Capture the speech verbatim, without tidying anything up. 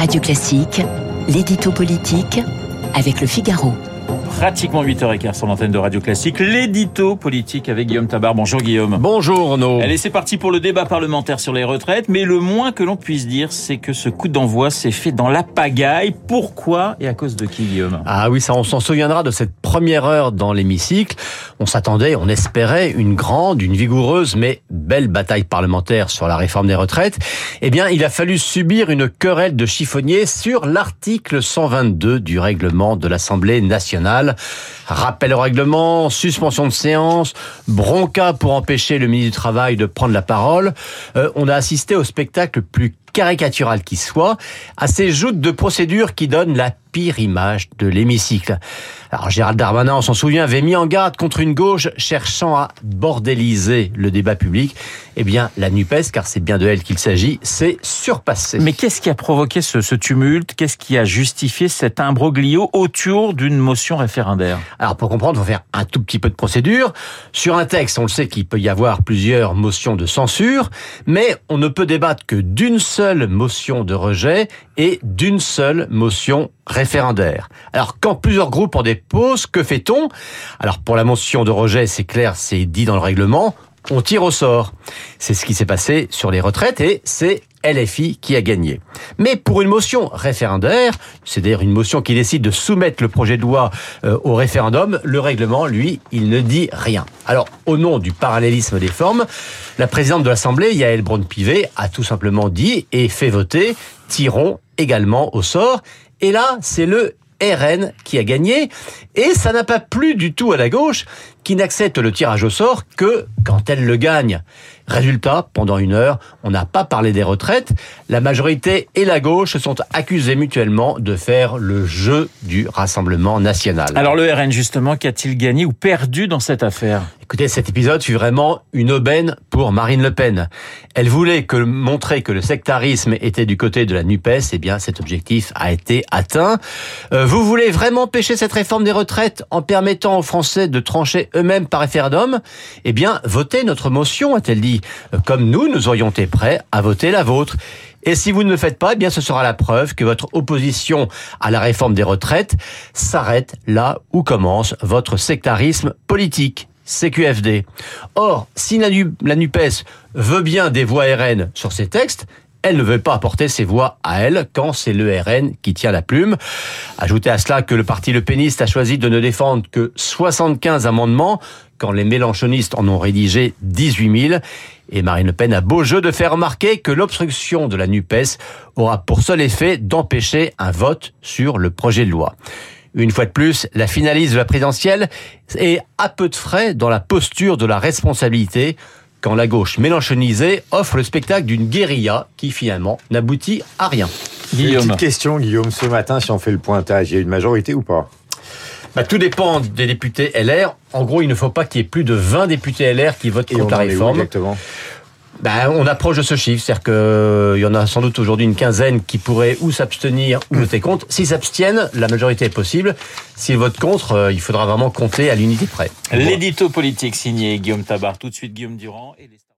Radio Classique, l'édito politique avec Le Figaro. Pratiquement huit heures quinze sur l'antenne de Radio Classique, l'édito politique avec Guillaume Tabar. Bonjour Guillaume. Bonjour Renaud. Allez, c'est parti pour le débat parlementaire sur les retraites, mais le moins que l'on puisse dire, c'est que ce coup d'envoi s'est fait dans la pagaille. Pourquoi et à cause de qui, Guillaume ? Ah oui, ça on s'en souviendra de cette première heure dans l'hémicycle. On s'attendait, on espérait une grande, une vigoureuse, mais belle bataille parlementaire sur la réforme des retraites. Eh bien, il a fallu subir une querelle de chiffonniers sur l'article cent vingt-deux du règlement de l'Assemblée nationale. Rappel au règlement, suspension de séance, bronca pour empêcher le ministre du Travail de prendre la parole. Euh, on a assisté au spectacle le plus caricatural qui soit, à ces joutes de procédure qui donnent la pire image de l'hémicycle. Alors Gérald Darmanin, on s'en souvient, avait mis en garde contre une gauche cherchant à bordéliser le débat public. Eh bien, la NUPES, car c'est bien de elle qu'il s'agit, s'est surpassée. Mais qu'est-ce qui a provoqué ce, ce tumulte ? Qu'est-ce qui a justifié cet imbroglio autour d'une motion référendaire ? Alors pour comprendre, il faut faire un tout petit peu de procédure. Sur un texte, on le sait qu'il peut y avoir plusieurs motions de censure, mais on ne peut débattre que d'une seule motion de rejet et d'une seule motion référendaire. Alors quand plusieurs groupes en déposent, que fait-on ? Alors pour la motion de rejet, c'est clair, c'est dit dans le règlement, on tire au sort. C'est ce qui s'est passé sur les retraites et c'est L F I qui a gagné. Mais pour une motion référendaire, c'est-à-dire une motion qui décide de soumettre le projet de loi euh, au référendum, le règlement, lui, il ne dit rien. Alors, au nom du parallélisme des formes, la présidente de l'Assemblée, Yaël Braun-Pivet, a tout simplement dit et fait voter, tirons également au sort. Et là, c'est le R N qui a gagné, et ça n'a pas plu du tout à la gauche, qui n'accepte le tirage au sort que quand elle le gagne. Résultat, pendant une heure, on n'a pas parlé des retraites. La majorité et la gauche se sont accusés mutuellement de faire le jeu du Rassemblement national. Alors le R N, justement, qu'a-t-il gagné ou perdu dans cette affaire ? Écoutez, cet épisode fut vraiment une aubaine pour Marine Le Pen. Elle voulait que, montrer que le sectarisme était du côté de la NUPES. Eh bien, cet objectif a été atteint. Euh, vous voulez vraiment pêcher cette réforme des retraites en permettant aux Français de trancher eux-mêmes par référendum ? Eh bien, votez notre motion, a-t-elle dit. Comme nous, nous aurions été prêts à voter la vôtre. Et si vous ne le faites pas, eh bien, ce sera la preuve que votre opposition à la réforme des retraites s'arrête là où commence votre sectarisme politique. C Q F D. Or, si la, la NUPES veut bien des voix R N sur ces textes, elle ne veut pas apporter ses voix à elle quand c'est le R N qui tient la plume. Ajoutez à cela que le parti Le Peniste a choisi de ne défendre que soixante-quinze amendements quand les mélenchonistes en ont rédigé dix-huit mille. Et Marine Le Pen a beau jeu de faire remarquer que l'obstruction de la NUPES aura pour seul effet d'empêcher un vote sur le projet de loi. Une fois de plus, la finaliste de la présidentielle est à peu de frais dans la posture de la responsabilité quand la gauche mélenchonisée offre le spectacle d'une guérilla qui finalement n'aboutit à rien. Guillaume. Une petite question, Guillaume. Ce matin, si on fait le pointage, il y a une majorité ou pas ? Bah, tout dépend des députés L R. En gros, il ne faut pas qu'il y ait plus de vingt députés L R qui votent Et contre la réforme. Exactement. Ben, on approche de ce chiffre, c'est-à-dire qu'il y en a sans doute aujourd'hui une quinzaine qui pourraient ou s'abstenir ou voter contre. S'ils s'abstiennent, la majorité est possible. S'ils votent contre, il faudra vraiment compter à l'unité près. L'édito politique signé Guillaume Tabar. Tout de suite Guillaume Durand et les